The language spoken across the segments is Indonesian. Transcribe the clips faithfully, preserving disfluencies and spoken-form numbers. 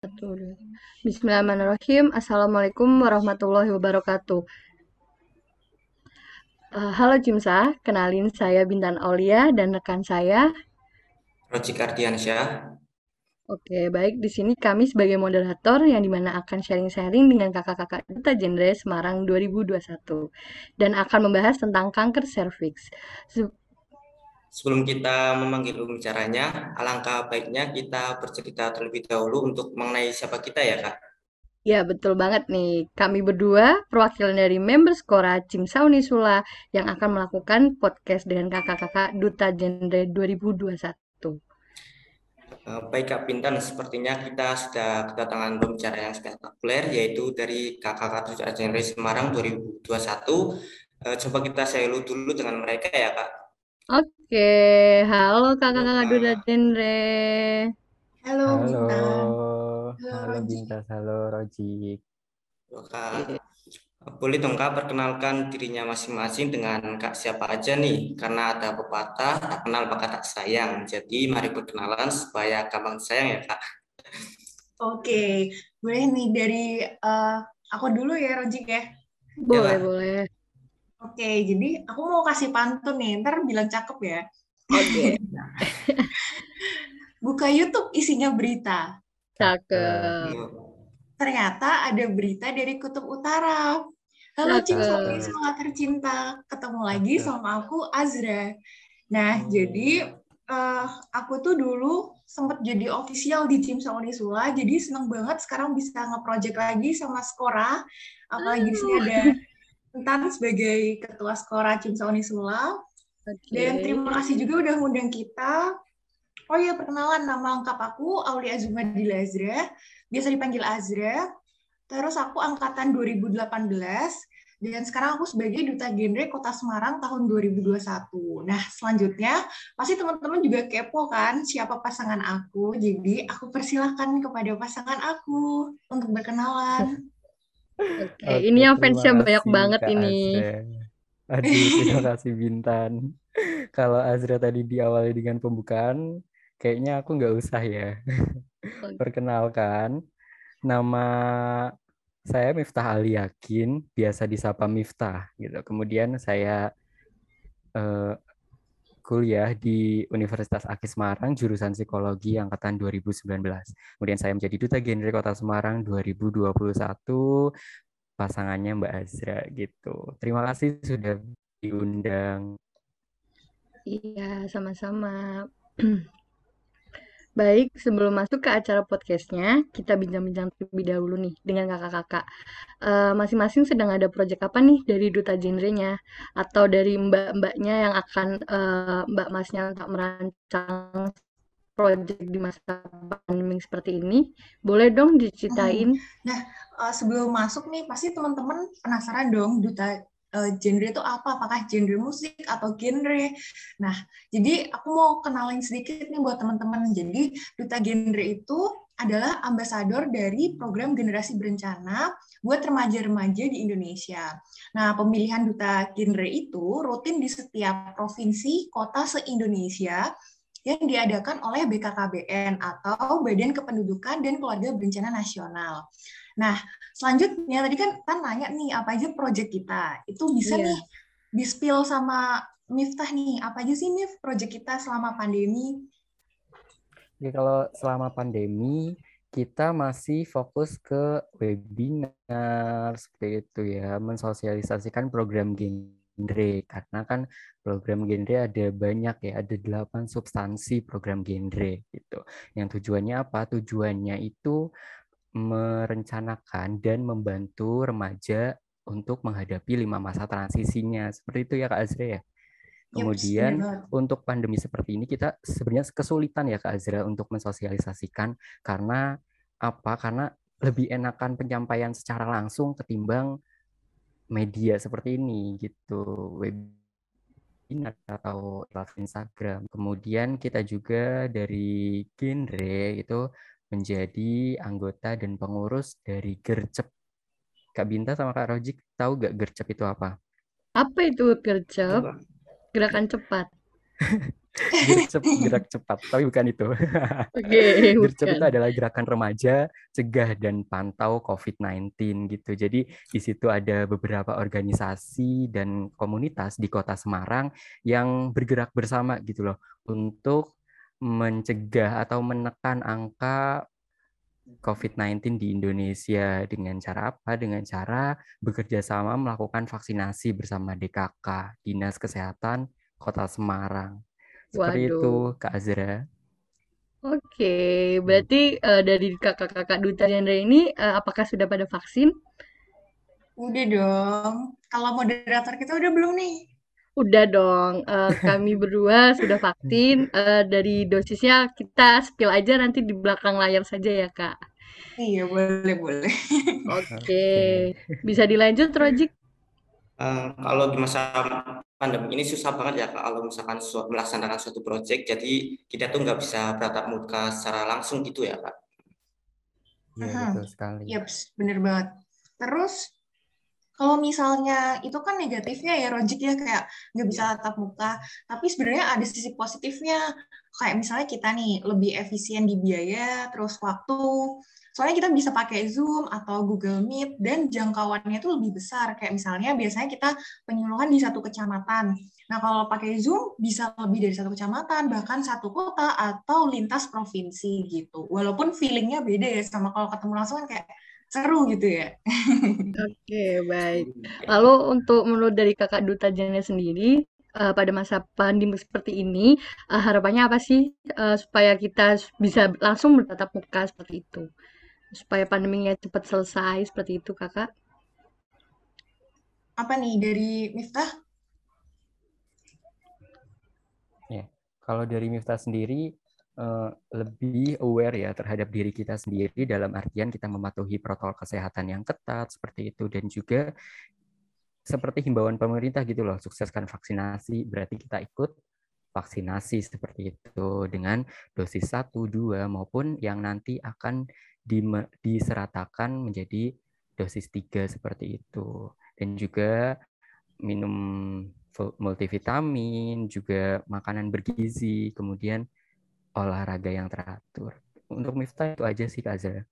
Satu, dua. Bismillahirrahmanirrahim. Assalamualaikum warahmatullahi wabarakatuh. Eh, halo Cimsa, kenalin saya Bintan Aulia dan rekan saya. Roci Kardiansyah. Oke, baik. Di sini kami sebagai moderator yang dimana akan sharing-sharing dengan kakak-kakak Duta Genre Semarang dua ribu dua puluh satu dan akan membahas tentang kanker serviks. Se- Sebelum kita memanggil pembicaranya, alangkah baiknya kita bercerita terlebih dahulu untuk mengenai siapa kita ya, Kak. Ya, betul banget nih. Kami berdua perwakilan dari member Skora Cimsa Unisula yang akan melakukan podcast dengan kakak-kakak Duta Genre dua ribu dua puluh satu. Eh, Baik Kak Pintan, sepertinya kita sudah kedatangan pembicara yang spektakuler, yaitu dari Kakak Tujuh Genre Semarang dua ribu dua puluh satu. Eh, Coba kita selu dulu dengan mereka ya, Kak. Oke, halo Halo, kakak-kakak Duta Kak. Genre. Halo Halo, Bintang, halo halo Roji. Bintas, halo Rojik. Halo, Kak. Oke. Boleh dong Kak perkenalkan dirinya masing-masing dengan Kak siapa aja nih? Karena ada pepatah, tak kenal maka tak sayang. Jadi mari perkenalan supaya gampang sayang ya Kak. Oke, boleh nih dari eh, aku dulu ya Roji ya. Ya Boleh, Kak. boleh. Oke, jadi aku mau kasih pantun nih, ntar bilang cakep ya. Oke, Buka YouTube isinya berita. Cakep, cakep, Yuk. Ternyata ada berita dari Kutub Utara. Halo Cim Sauni cakep. cakep, semangat tercinta, ketemu lagi cakep. sama aku Azra. Nah, Hmm, jadi eh, aku tuh dulu sempat jadi official di Cimsa Unisula, jadi seneng banget sekarang bisa nge-project lagi sama Skora. Apalagi di sini ada Entan sebagai ketua Skora Cimsa Unisula. Oke. Dan terima kasih juga udah ngundang kita. Oh ya, perkenalan nama lengkap aku Aulia Azuma Dilazra, biasa dipanggil Azra. Terus aku angkatan dua ribu delapan belas dan sekarang aku sebagai Duta Genre Kota Semarang tahun dua ribu dua puluh satu. Nah, selanjutnya pasti teman-teman juga kepo kan siapa pasangan aku. Jadi aku persilahkan kepada pasangan aku untuk berkenalan. Oke, ini Oke, yang terima fansnya banyak kasih banget Kak ini. Azra. Aduh, terima kasih Bintan. Kalau Azra tadi diawali dengan pembukaan, kayaknya aku nggak usah ya. Oke. Perkenalkan, nama saya Miftah Ali Yakin, biasa disapa Miftah gitu. Kemudian saya eh, kuliah di Universitas Aki Semarang, jurusan Psikologi angkatan dua ribu sembilan belas. Kemudian saya menjadi Duta Genre Kota Semarang dua ribu dua puluh satu, pasangannya Mbak Azra gitu. Terima kasih sudah diundang. Iya, sama-sama. Baik, sebelum masuk ke acara podcastnya, kita bincang-bincang terlebih dahulu nih dengan kakak-kakak. Eh, masing-masing sedang ada proyek apa nih dari duta genrenya atau dari mbak-mbaknya yang akan eh, mbak masnya untuk merancang proyek di masa pandemi seperti ini. Boleh dong Hmm. diceritain? Nah, eh, sebelum masuk nih, pasti teman-teman penasaran dong, duta eh, genre itu apa? Apakah genre musik atau genre? Nah, jadi aku mau kenalin sedikit nih buat teman-teman. Jadi, duta genre itu adalah ambasador dari program generasi berencana buat remaja-remaja di Indonesia. Nah, pemilihan duta genre itu rutin di setiap provinsi, kota se-Indonesia yang diadakan oleh B K K B N atau Badan Kependudukan dan Keluarga Berencana Nasional. Nah, selanjutnya tadi kan kan nanya nih apa aja proyek kita. Itu bisa nih Iya. di-spill sama Miftah nih, apa aja sih Mif proyek kita selama pandemi? Oke, kalau selama pandemi kita masih fokus ke webinar seperti itu ya, mensosialisasikan program genre karena kan program genre ada banyak ya, ada delapan substansi program genre gitu. Yang tujuannya apa? Tujuannya itu merencanakan dan membantu remaja untuk menghadapi lima masa transisinya. Seperti itu ya Kak Azra ya. Yaps, bener Kemudian banget. untuk pandemi seperti ini kita sebenarnya kesulitan ya Kak Azra untuk mensosialisasikan karena apa? Karena lebih enakan penyampaian secara langsung ketimbang media seperti ini gitu, webinar atau live Instagram. Kemudian kita juga dari genre itu menjadi anggota dan pengurus dari Gercep. Kak Binta sama Kak Rojik tahu gak Gercep itu apa? Apa itu Itu gercep? Kak. Gerakan cepat. Gercep, gerak cepat, tapi bukan itu. Oke, Gercep bukan. itu adalah gerakan remaja cegah dan pantau covid sembilan belas gitu. Jadi di situ ada beberapa organisasi dan komunitas di Kota Semarang yang bergerak bersama gitu loh untuk mencegah atau menekan angka covid sembilan belas di Indonesia dengan cara apa? Dengan cara bekerja sama melakukan vaksinasi bersama D K K, Dinas Kesehatan Kota Semarang. Seperti Waduh. itu, Kak Azra. Oke, berarti eh, dari kakak-kakak Duta Genre ini, eh, apakah sudah pada vaksin? Udah dong. Kalau moderator kita udah belum nih? Udah dong, eh, kami berdua sudah vaksin. Eh, dari dosisnya kita spill aja nanti di belakang layar saja ya, Kak. Iya, boleh, boleh. Oke, Oke. bisa dilanjut, Rojik? Eh, kalau di masa pandemi ini susah banget ya Kak, kalau misalkan su- melaksanakan suatu proyek, jadi kita tuh nggak bisa bertatap muka secara langsung gitu ya Kak. Iya, Mhm. betul sekali. Yaps, bener banget. Terus, kalau misalnya itu kan negatifnya ya, Rojik ya, kayak nggak bisa Ya. tatap muka. Tapi sebenarnya ada sisi positifnya. Kayak misalnya kita nih lebih efisien di biaya, terus waktu. Soalnya kita bisa pakai Zoom atau Google Meet dan jangkauannya itu lebih besar. Kayak misalnya biasanya kita penyuluhan di satu kecamatan. Nah, kalau pakai Zoom bisa lebih dari satu kecamatan, bahkan satu kota atau lintas provinsi gitu. Walaupun feelingnya beda ya sama kalau ketemu langsung kan kayak seru gitu ya. Oke, baik. Lalu untuk menurut dari kakak Duta Genre sendiri, eh, pada masa pandemi seperti ini, eh, harapannya apa sih eh, supaya kita bisa langsung bertatap muka seperti itu? Supaya pandeminya cepat selesai seperti itu, kakak? Apa nih dari Miftah? Ya, kalau dari Miftah sendiri eh, lebih aware ya terhadap diri kita sendiri dalam artian kita mematuhi protokol kesehatan yang ketat seperti itu dan juga seperti himbauan pemerintah gitu loh, sukseskan vaksinasi berarti kita ikut vaksinasi seperti itu dengan dosis satu, dua maupun yang nanti akan diseratakan menjadi dosis tiga seperti itu. Dan juga minum multivitamin, juga makanan bergizi, kemudian olahraga yang teratur. Untuk Miftah itu aja sih Kak Azra.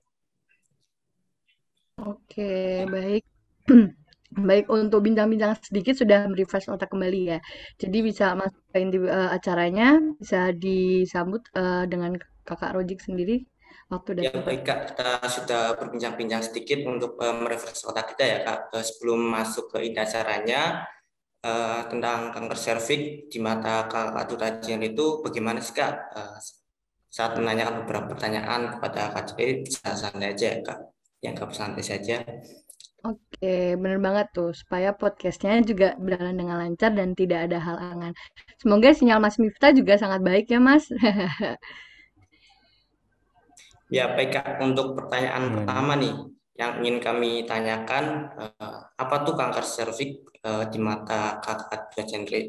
Oke, baik. Baik, untuk bincang-bincang sedikit sudah merefresh otak kembali ya. Jadi bisa masuk ke inti eh, acaranya, bisa disambut eh, dengan kakak Rojik sendiri. Waktu dan Ya tempat. baik Kak, kita sudah berbincang-bincang sedikit untuk uh, merefresh otak kita ya Kak. Uh, sebelum masuk ke inti acaranya, uh, tentang kanker serviks di mata Kakak Duta Genre itu bagaimana sih Kak? Uh, saat menanyakan beberapa pertanyaan kepada Kak Duta, bisa santai aja ya Kak. Yang Kak santai saja. Oke, bener banget tuh. Supaya podcastnya juga berjalan dengan lancar dan tidak ada halangan. Semoga sinyal Mas Miftah juga sangat baik ya, Mas. Ya baik Kak, untuk pertanyaan Gimana? pertama nih yang ingin kami tanyakan, uh, apa tuh kanker serviks uh, di mata Kakak Duta Genre?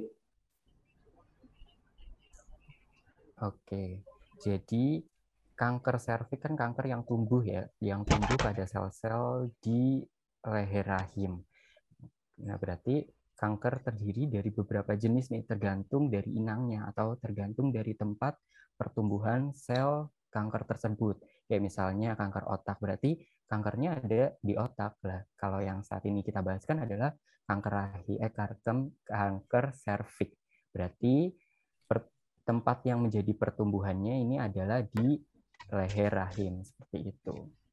Oke, jadi kanker serviks kan kanker yang tumbuh ya, yang tumbuh pada sel-sel di leher rahim. Nah, berarti kanker terdiri dari beberapa jenis nih, tergantung dari inangnya atau tergantung dari tempat pertumbuhan sel kanker tersebut. Ya misalnya kanker otak, berarti kankernya ada di otak lah. Kalau yang saat ini kita bahaskan adalah kanker rahim, eh, kanker serviks. Berarti per, tempat yang menjadi pertumbuhannya ini adalah di leher rahim, seperti itu.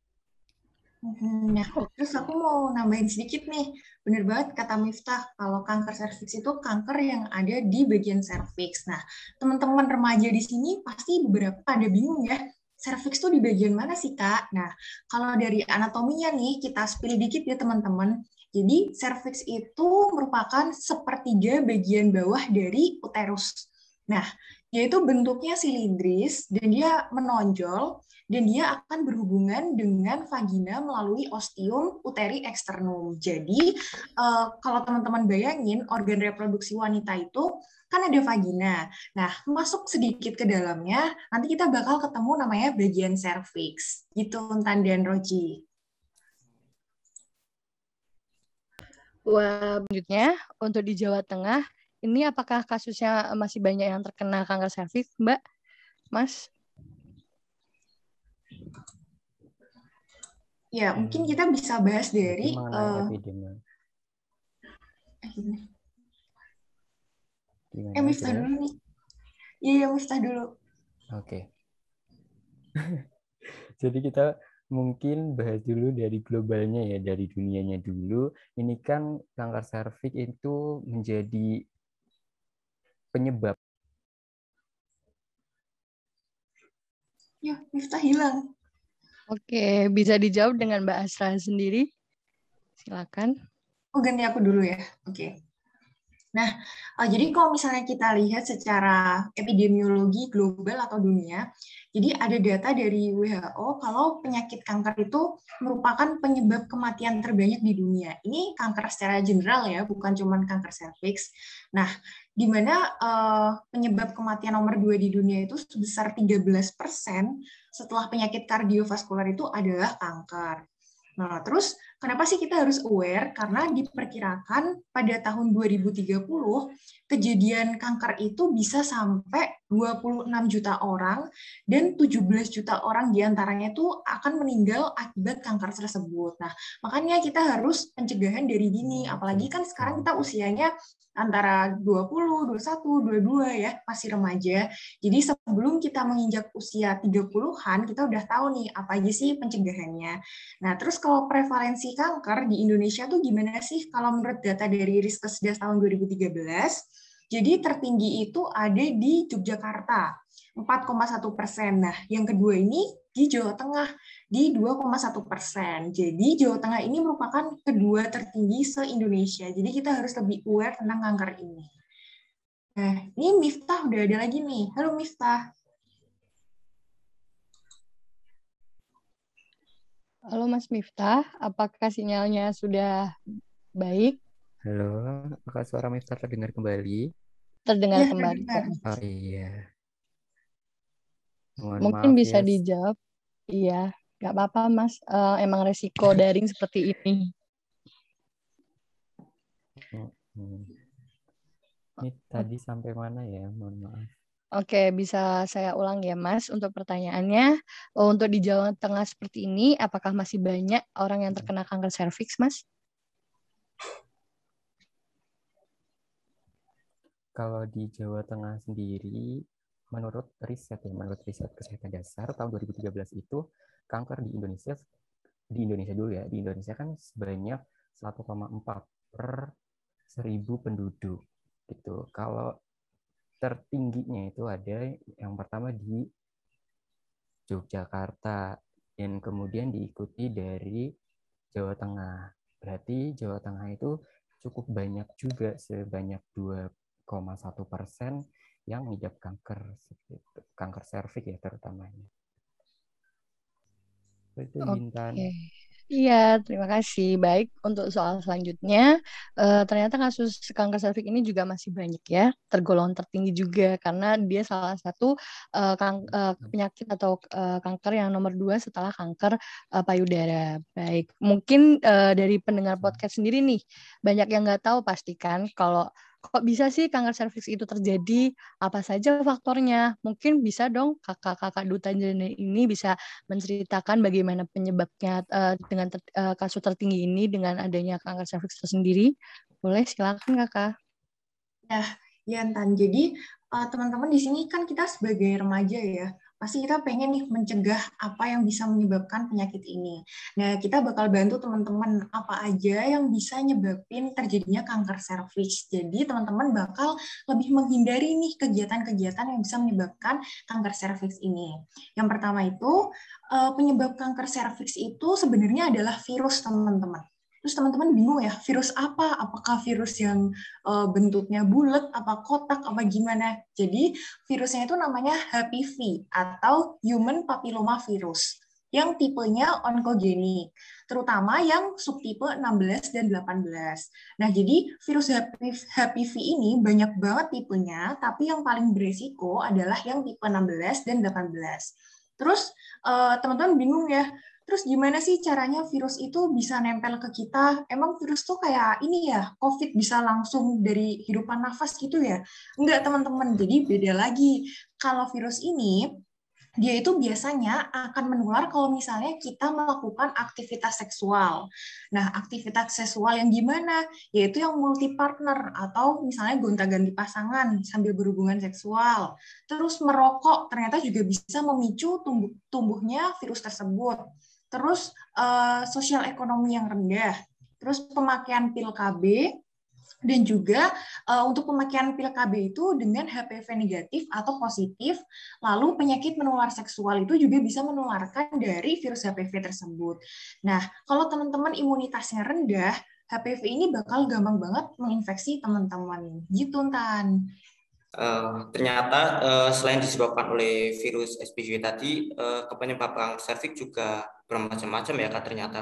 Nah, terus aku mau nambahin sedikit nih. Bener banget kata Miftah, kalau kanker serviks itu kanker yang ada di bagian serviks. Nah, teman-teman remaja di sini pasti beberapa ada bingung ya, serviks itu di bagian mana sih, Kak? Nah, kalau dari anatominya nih, kita spill dikit ya teman-teman. Jadi, serviks itu merupakan sepertiga bagian bawah dari uterus. Nah, yaitu bentuknya silindris dan dia menonjol dan dia akan berhubungan dengan vagina melalui ostium uteri eksternum. Jadi, uh, kalau teman-teman bayangin organ reproduksi wanita itu kan ada vagina. Nah, masuk sedikit ke dalamnya, nanti kita bakal ketemu namanya bagian serviks. Gitu, Tan dan Roji. Wah, selanjutnya untuk di Jawa Tengah, ini apakah kasusnya masih banyak yang terkena kanker serviks, Mbak? Mas? Ya, mungkin kita bisa bahas dari mengenai uh, epidemi. Gimana, eh Miftah dulu nih. Iya, ya, Miftah dulu. Oke. Okay. Jadi kita mungkin bahas dulu dari globalnya ya, dari dunianya dulu. Ini kan kanker serviks itu menjadi penyebab. Ya, Miftah hilang. Oke, bisa dijawab dengan Mbak Asra sendiri. Silakan. Oh, ganti aku dulu ya. Oke. Nah, uh, jadi kalau misalnya kita lihat secara epidemiologi global atau dunia, jadi ada data dari W H O kalau penyakit kanker itu merupakan penyebab kematian terbanyak di dunia. Ini kanker secara general ya, bukan cuma kanker serviks. Nah, di mana uh, penyebab kematian nomor dua di dunia itu sebesar tiga belas persen setelah penyakit kardiovaskular itu adalah kanker. Nah, terus kenapa sih kita harus aware? Karena diperkirakan pada tahun dua ribu tiga puluh, kejadian kanker itu bisa sampai dua puluh enam juta orang, dan tujuh belas juta orang diantaranya itu akan meninggal akibat kanker tersebut. Nah, makanya kita harus pencegahan dari dini, apalagi kan sekarang kita usianya antara dua puluh, dua puluh satu, dua puluh dua ya, masih remaja. Jadi sebelum kita menginjak usia tiga puluhan, kita udah tahu nih apa aja sih pencegahannya. Nah, terus kalau prevalensi kanker di Indonesia tuh gimana sih kalau menurut data dari Riskesdas tahun dua ribu tiga belas? Jadi tertinggi itu ada di Yogyakarta, empat koma satu persen. Nah, yang kedua ini di Jawa Tengah, di dua koma satu persen. Jadi Jawa Tengah ini merupakan kedua tertinggi se-Indonesia. Jadi kita harus lebih aware tentang kanker ini. Nah, ini Miftah udah ada lagi nih. Halo Miftah. Halo Mas Miftah, apakah sinyalnya sudah baik? Halo, apakah suara Miftah terdengar kembali? Terdengar Ya, kembali. terdengar. Oh iya. Mohon Mungkin maaf bisa ya. dijawab. Iya, nggak apa-apa Mas. Uh, emang resiko daring seperti ini. Hmm. Ini tadi sampai mana ya? Mohon maaf. Oke, bisa saya ulang ya Mas untuk pertanyaannya. Untuk di Jawa Tengah seperti ini, apakah masih banyak orang yang terkena kanker serviks, Mas? Kalau di Jawa Tengah sendiri, menurut riset ya, menurut riset kesehatan dasar tahun dua ribu tiga belas itu, kanker di Indonesia, di Indonesia dulu ya, di Indonesia kan sebanyak satu koma empat per seribu penduduk. Gitu. Kalau tertingginya itu ada yang pertama di Yogyakarta, dan kemudian diikuti dari Jawa Tengah. Berarti Jawa Tengah itu cukup banyak juga, sebanyak dua koma satu persen yang mengidap kanker, kanker serviks ya terutamanya. Itu Bintan. Oke. Iya, terima kasih. Baik, untuk soal selanjutnya, uh, ternyata kasus kanker serviks ini juga masih banyak ya, tergolong tertinggi juga karena dia salah satu uh, kang, uh, penyakit atau uh, kanker yang nomor dua setelah kanker uh, payudara. Baik, mungkin uh, dari pendengar podcast sendiri nih, banyak yang nggak tahu pastikan kalau kok bisa sih kanker serviks itu terjadi, apa saja faktornya. Mungkin bisa dong kakak-kakak Duta Genre ini bisa menceritakan bagaimana penyebabnya uh, dengan ter, uh, kasus tertinggi ini dengan adanya kanker serviks tersendiri. Boleh, silakan kakak. Ya, ya Tan. Jadi uh, teman-teman di sini kan kita sebagai remaja ya, pasti kita pengen nih mencegah apa yang bisa menyebabkan penyakit ini. Nah, kita bakal bantu teman-teman apa aja yang bisa nyebabin terjadinya kanker serviks. Jadi teman-teman bakal lebih menghindari nih kegiatan-kegiatan yang bisa menyebabkan kanker serviks ini. Yang pertama itu, uh, penyebab kanker serviks itu sebenarnya adalah virus, teman-teman. Terus teman-teman bingung ya, virus apa? Apakah virus yang uh, bentuknya bulat, apa kotak, apa gimana? Jadi virusnya itu namanya H P V atau Human Papilloma Virus yang tipenya onkogenik, terutama yang subtipe enam belas dan delapan belas. Nah, jadi virus H P V ini banyak banget tipenya, tapi yang paling beresiko adalah yang tipe enam belas dan delapan belas. Terus uh, teman-teman bingung ya, terus gimana sih caranya virus itu bisa nempel ke kita? Emang virus tuh kayak ini ya, COVID bisa langsung dari hirupan nafas gitu ya? Enggak, teman-teman. Jadi beda lagi. Kalau virus ini, dia itu biasanya akan menular kalau misalnya kita melakukan aktivitas seksual. Nah, aktivitas seksual yang gimana? Yaitu yang multi partner atau misalnya gonta-ganti pasangan sambil berhubungan seksual. Terus merokok ternyata juga bisa memicu tumbuh, tumbuhnya virus tersebut. Terus uh, sosial ekonomi yang rendah. Terus pemakaian pil K B, dan juga uh, untuk pemakaian pil K B itu dengan H P V negatif atau positif, lalu penyakit menular seksual itu juga bisa menularkan dari virus H P V tersebut. Nah, kalau teman-teman imunitasnya rendah, H P V ini bakal gampang banget menginfeksi teman-teman. Gitu, Tan. Uh, ternyata uh, selain disebabkan oleh virus S P V tadi, uh, penyebab kanker serviks juga bermacam-macam ya Kak ternyata.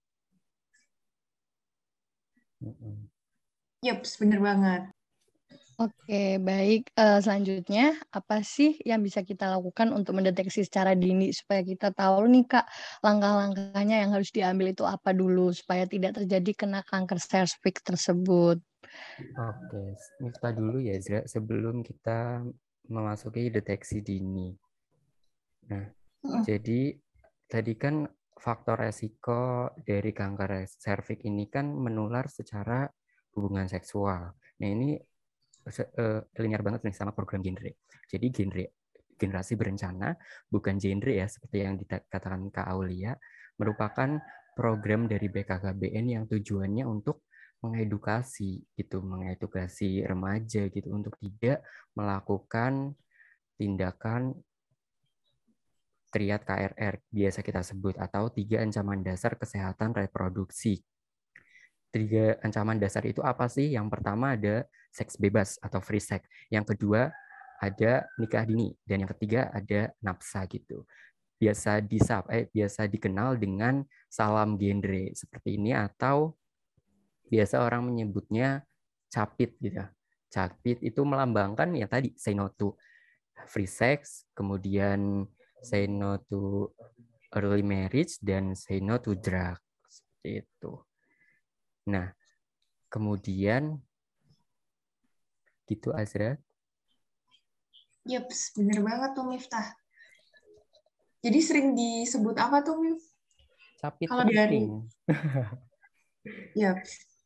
Yep, bener banget. Oke, baik. Uh, selanjutnya, apa sih yang bisa kita lakukan untuk mendeteksi secara dini supaya kita tahu nih Kak, langkah-langkahnya yang harus diambil itu apa dulu supaya tidak terjadi kena kanker serviks tersebut? Oke, Miftah dulu ya Zra, sebelum kita memasuki deteksi dini. Nah, Mm. jadi tadi kan faktor resiko dari kanker serviks ini kan menular secara hubungan seksual. Nah, ini uh, linear banget nih sama program genre. Jadi genre generasi berencana bukan genre ya seperti yang dikatakan Kak Aulia, merupakan program dari B K K B N yang tujuannya untuk mengedukasi gitu, mengedukasi remaja gitu untuk tidak melakukan tindakan triad K R R biasa kita sebut atau tiga ancaman dasar kesehatan reproduksi. Tiga ancaman dasar itu apa sih? Yang pertama ada seks bebas atau free sex. Yang kedua ada nikah dini dan yang ketiga ada nafsa gitu. Biasa disap eh biasa dikenal dengan salam genre seperti ini atau biasa orang menyebutnya capit gitu. Capit itu melambangkan ya tadi say no to free sex, kemudian say no to early marriage dan say no to drugs seperti itu. Nah, kemudian gitu Azra. Yep, bener banget tuh Miftah. Jadi sering disebut apa tuh Mif? Capit Kalau dari Yep.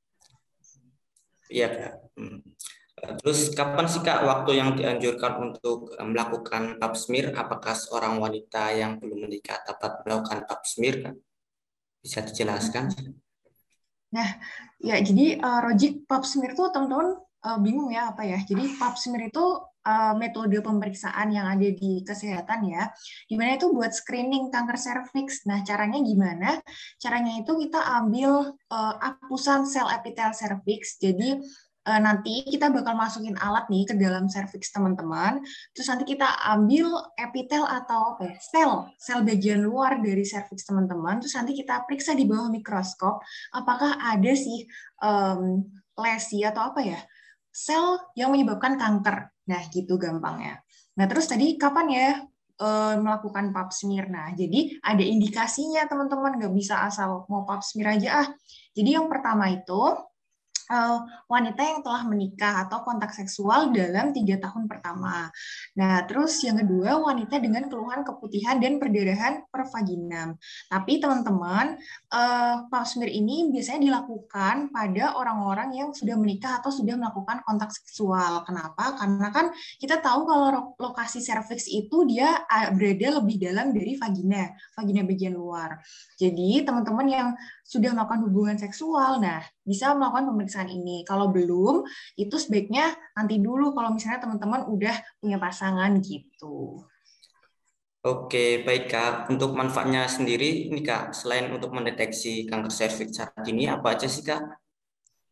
Iya Kak. Hmm. Terus kapan sih Kak waktu yang dianjurkan untuk melakukan pap smear? Apakah seorang wanita yang belum menikah dapat melakukan pap smear? Kak? Bisa dijelaskan? Nah, ya jadi uh, Rojik pap smear itu teman-teman uh, bingung ya apa ya. Jadi pap smear itu uh, metode pemeriksaan yang ada di kesehatan ya. Dimana itu buat screening kanker serviks. Nah, caranya gimana? Caranya itu kita ambil uh, apusan sel epitel serviks. Jadi uh, nanti kita bakal masukin alat nih ke dalam serviks teman-teman. Terus nanti kita ambil epitel atau apa ya, sel, sel bagian luar dari serviks teman-teman. Terus nanti kita periksa di bawah mikroskop apakah ada sih um, lesi atau apa ya, sel yang menyebabkan kanker. Nah, gitu gampangnya. Nah, terus tadi kapan ya um, melakukan pap smear? Nah, jadi ada indikasinya teman-teman, nggak bisa asal mau pap smear aja ah. Jadi yang pertama itu Uh, wanita yang telah menikah atau kontak seksual dalam tiga tahun pertama. Nah, terus yang kedua, wanita dengan keluhan keputihan dan perdarahan per vaginam. Tapi teman-teman, uh, pap smear ini biasanya dilakukan pada orang-orang yang sudah menikah atau sudah melakukan kontak seksual. Kenapa? Karena kan kita tahu kalau lokasi serviks itu dia berada lebih dalam dari vagina, vagina bagian luar. Jadi teman-teman yang sudah melakukan hubungan seksual, nah bisa melakukan pemeriksaan ini. Kalau belum, itu sebaiknya nanti dulu kalau misalnya teman-teman udah punya pasangan gitu. Oke, baik Kak. Untuk manfaatnya sendiri, ini Kak, selain untuk mendeteksi kanker serviks saat ini, apa aja sih Kak?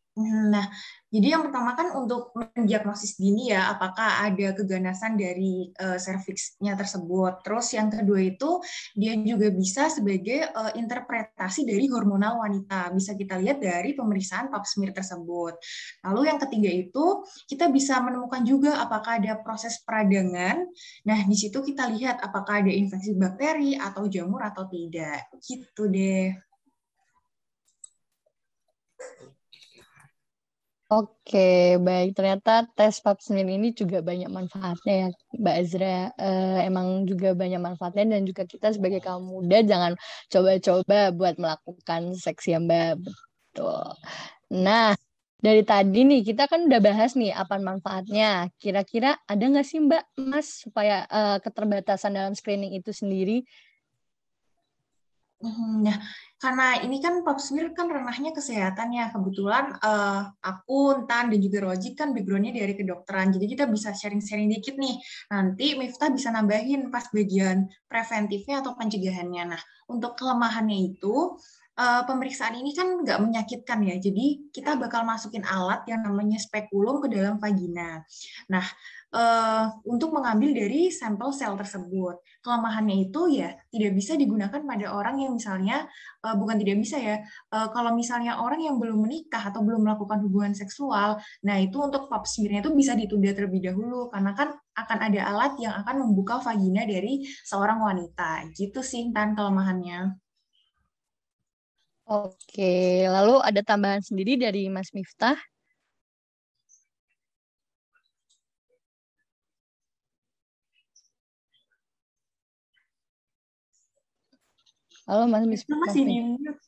Nah, jadi yang pertama kan untuk mendiagnosis dini ya, apakah ada keganasan dari uh, serviksnya tersebut. Terus yang kedua itu, dia juga bisa sebagai uh, interpretasi dari hormonal wanita. Bisa kita lihat dari pemeriksaan pap smear tersebut. Lalu yang ketiga itu, kita bisa menemukan juga apakah ada proses peradangan. Nah, di situ kita lihat apakah ada infeksi bakteri atau jamur atau tidak. Gitu deh. Oke, baik. Ternyata tes pap smear ini juga banyak manfaatnya ya, Mbak Azra. Eh, emang juga banyak manfaatnya dan juga kita sebagai kaum muda jangan coba-coba buat melakukan seks ya, Mbak. Betul. Nah, dari tadi nih kita kan udah bahas nih apa manfaatnya. Kira-kira ada nggak sih Mbak, Mas, supaya eh, keterbatasan dalam screening itu sendiri? Nah, karena ini kan pap smear kan ranahnya kesehatan ya. Kebetulan uh, aku, Tan, dan juga Roji kan background-nya dari kedokteran. Jadi kita bisa sharing-sharing dikit nih. Nanti Miftah bisa nambahin pas bagian preventifnya atau pencegahannya. Nah, untuk kelemahannya itu, uh, pemeriksaan ini kan nggak menyakitkan ya. Jadi kita bakal masukin alat yang namanya spekulum ke dalam vagina. Nah, uh, untuk mengambil dari sampel sel tersebut. Kelemahannya itu ya tidak bisa digunakan pada orang yang misalnya uh, bukan tidak bisa ya uh, kalau misalnya orang yang belum menikah atau belum melakukan hubungan seksual, nah itu untuk pap smear-nya itu bisa ditunda terlebih dahulu karena kan akan ada alat yang akan membuka vagina dari seorang wanita gitu sih Tan kelemahannya. Oke, lalu ada tambahan sendiri dari Mas Miftah? Halo Mas Miftah. Masih di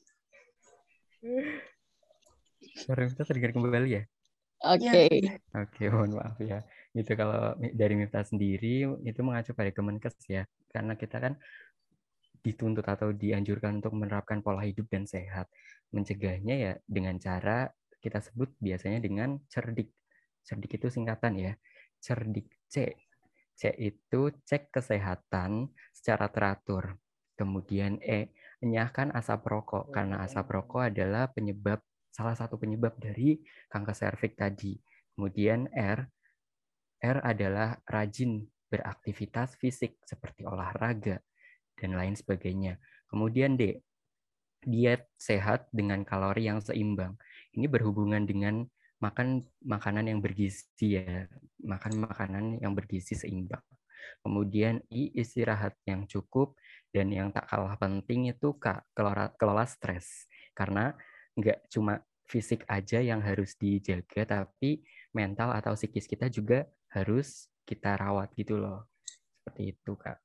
Suara kita terdengar kembali ya? Oke. Okay. Oke, mohon maaf ya. Itu kalau dari Miftah sendiri itu mengacu pada Kemenkes ya. Karena kita kan dituntut atau dianjurkan untuk menerapkan pola hidup dan sehat. Mencegahnya ya dengan cara kita sebut biasanya dengan cerdik. Cerdik itu singkatan ya. Cerdik C. C itu cek kesehatan secara teratur. Kemudian E, enyahkan asap rokok karena asap rokok adalah penyebab salah satu penyebab dari kanker serviks tadi. Kemudian R, R adalah rajin beraktivitas fisik seperti olahraga dan lain sebagainya. Kemudian D, diet sehat dengan kalori yang seimbang. Ini berhubungan dengan makan makanan yang bergizi ya, makan makanan yang bergizi seimbang. Kemudian I, istirahat yang cukup, dan yang tak kalah penting itu kelola, kelola stres. Karena nggak cuma fisik aja yang harus dijaga, tapi mental atau psikis kita juga harus kita rawat gitu loh. Seperti itu, Kak.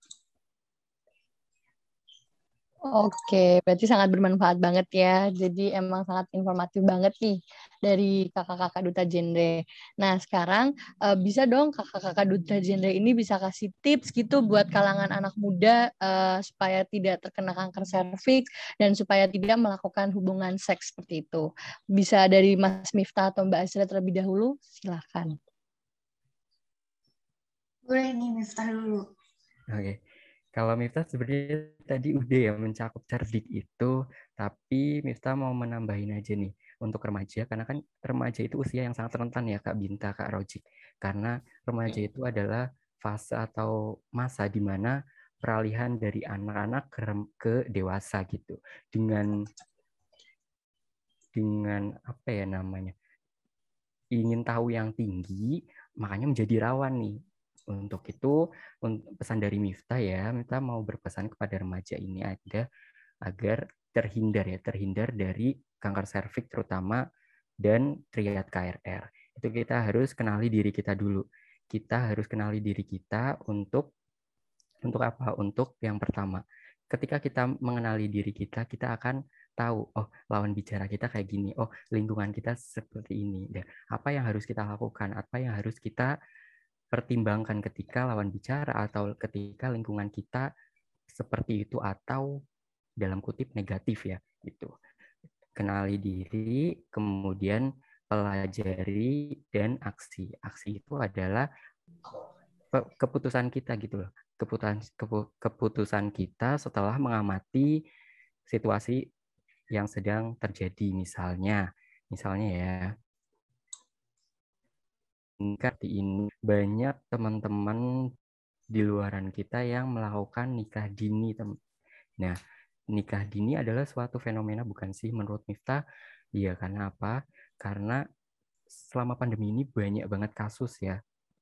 Oke, berarti sangat bermanfaat banget ya. Jadi emang sangat informatif banget nih dari kakak-kakak Duta Genre. Nah, sekarang uh, bisa dong kakak-kakak Duta Genre ini bisa kasih tips gitu buat kalangan anak muda uh, supaya tidak terkena kanker serviks dan supaya tidak melakukan hubungan seks seperti itu. Bisa dari Mas Miftah atau Mbak Azra terlebih dahulu, silakan. Boleh nih Miftah dulu. Oke. Okay. Kalau Miftah sebenarnya tadi udah ya mencakup cerdik itu, tapi Miftah mau menambahin aja nih untuk remaja, karena kan remaja itu usia yang sangat rentan ya Kak Binta, Kak Roji. Karena remaja itu adalah fase atau masa di mana peralihan dari anak-anak ke, ke dewasa gitu. Dengan dengan apa ya namanya? Ingin tahu yang tinggi, makanya menjadi rawan nih. Untuk itu, pesan dari Miftah ya, Miftah mau berpesan kepada remaja ini ada agar terhindar ya, terhindar dari kanker serviks terutama dan triad K R R. Itu kita harus kenali diri kita dulu. Kita harus kenali diri kita untuk untuk apa? Untuk yang pertama, ketika kita mengenali diri kita, kita akan tahu, oh lawan bicara kita kayak gini, oh lingkungan kita seperti ini. Dan apa yang harus kita lakukan, apa yang harus kita pertimbangkan ketika lawan bicara atau ketika lingkungan kita seperti itu atau dalam kutip negatif ya gitu. Kenali diri, kemudian pelajari dan aksi. Aksi itu adalah keputusan kita gitu loh. Keputusan keputusan kita setelah mengamati situasi yang sedang terjadi misalnya. Misalnya ya, ini banyak teman-teman di luaran kita yang melakukan nikah dini, tem. Nah, nikah dini adalah suatu fenomena bukan sih menurut Miftah? Iya, karena apa? Karena selama pandemi ini banyak banget kasus ya.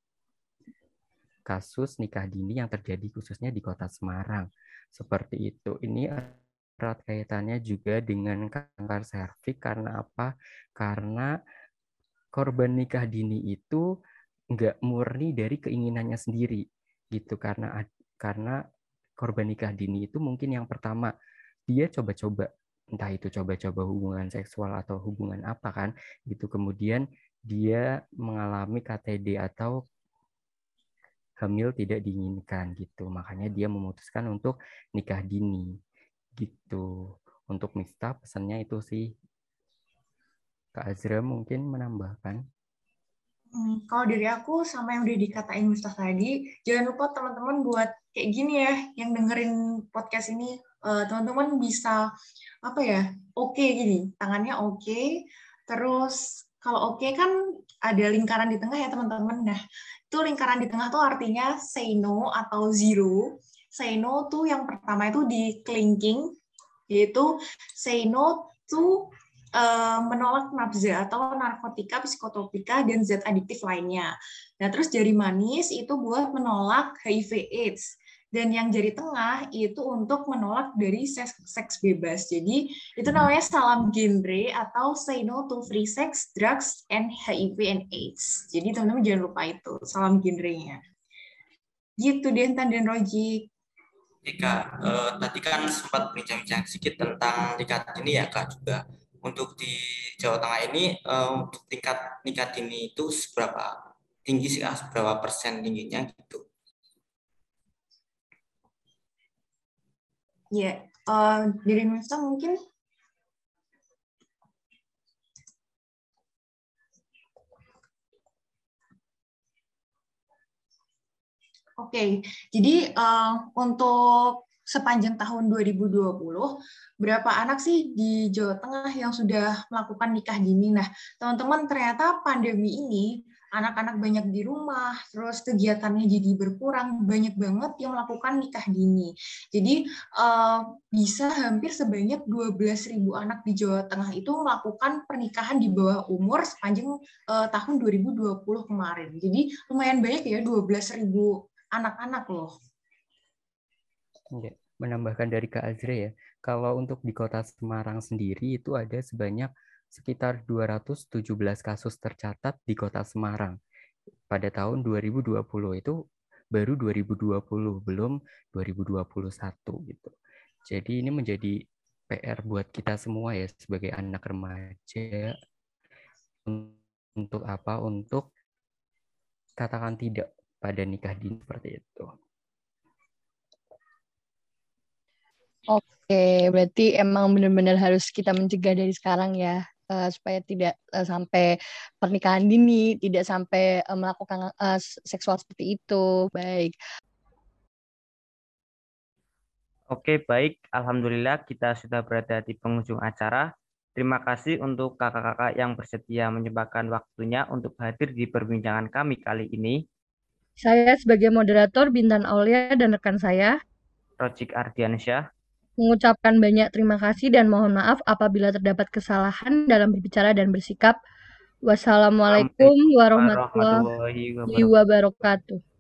Kasus nikah dini yang terjadi khususnya di Kota Semarang. Seperti itu. Ini erat kaitannya juga dengan kanker serviks karena apa? Karena korban nikah dini itu nggak murni dari keinginannya sendiri gitu, karena karena korban nikah dini itu mungkin yang pertama dia coba-coba, entah itu coba-coba hubungan seksual atau hubungan apa kan gitu, kemudian dia mengalami K T D atau hamil tidak diinginkan gitu, makanya dia memutuskan untuk nikah dini gitu. Untuk Miftah pesannya itu sih. Kak Azra mungkin menambahkan. Hmm, kalau dari aku sama yang udah dikatain Miftah tadi, jangan lupa teman-teman buat kayak gini ya, yang dengerin podcast ini, uh, teman-teman bisa apa ya, oke okay, gini, tangannya oke, okay, terus kalau oke okay kan ada lingkaran di tengah ya teman-teman. Nah, itu lingkaran di tengah tuh artinya say no atau zero. Say no tuh yang pertama itu di clinking, yaitu say no to uh, menolak nafza atau narkotika, psikotropika, dan zat adiktif lainnya. Nah, terus jari manis itu buat menolak H I V AIDS. Dan yang jari tengah itu untuk menolak dari seks, seks bebas. Jadi itu namanya salam genre atau say no to free sex, drugs, and H I V and AIDS. Jadi teman-teman jangan lupa itu, salam genrenya. Gitu deh, Tan dan Roji. Oke Kak, eh, tadi kan sempat bincang-bincang sedikit tentang nikah dini ya Kak juga. Untuk di Jawa Tengah ini, eh, untuk tingkat nikah dini itu seberapa tinggi sih Kak? Seberapa persen tingginya gitu? Ya, uh, dari Miftah mungkin. Oke, okay. Jadi uh, untuk sepanjang tahun dua ribu dua puluh, berapa anak sih di Jawa Tengah yang sudah melakukan nikah dini? Nah, teman-teman, ternyata pandemi ini anak-anak banyak di rumah, terus kegiatannya jadi berkurang, banyak banget yang melakukan nikah dini. Jadi uh, bisa hampir sebanyak dua belas ribu anak di Jawa Tengah itu melakukan pernikahan di bawah umur sepanjang uh, tahun dua ribu dua puluh kemarin. Jadi lumayan banyak ya, dua belas ribu anak-anak loh. Ya, menambahkan dari Kak Azra ya, kalau untuk di Kota Semarang sendiri itu ada sebanyak sekitar dua ratus tujuh belas kasus tercatat di Kota Semarang. Pada tahun dua ribu dua puluh itu baru dua ribu dua puluh, belum dua ribu dua puluh satu gitu. Jadi ini menjadi P R buat kita semua ya sebagai anak remaja, untuk apa? Untuk katakan tidak pada nikah dini seperti itu. Oke, berarti emang benar-benar harus kita mencegah dari sekarang ya, uh, supaya tidak uh, sampai pernikahan dini, tidak sampai uh, melakukan uh, seksual seperti itu. Baik. Oke, baik. Alhamdulillah kita sudah berada di penghujung acara. Terima kasih untuk kakak-kakak yang bersedia menyempatkan waktunya untuk hadir di perbincangan kami kali ini. Saya sebagai moderator Bintan Aulia dan rekan saya, Rojik Ardiansyah, mengucapkan banyak terima kasih dan mohon maaf apabila terdapat kesalahan dalam berbicara dan bersikap. Wassalamualaikum warahmatullahi wabarakatuh.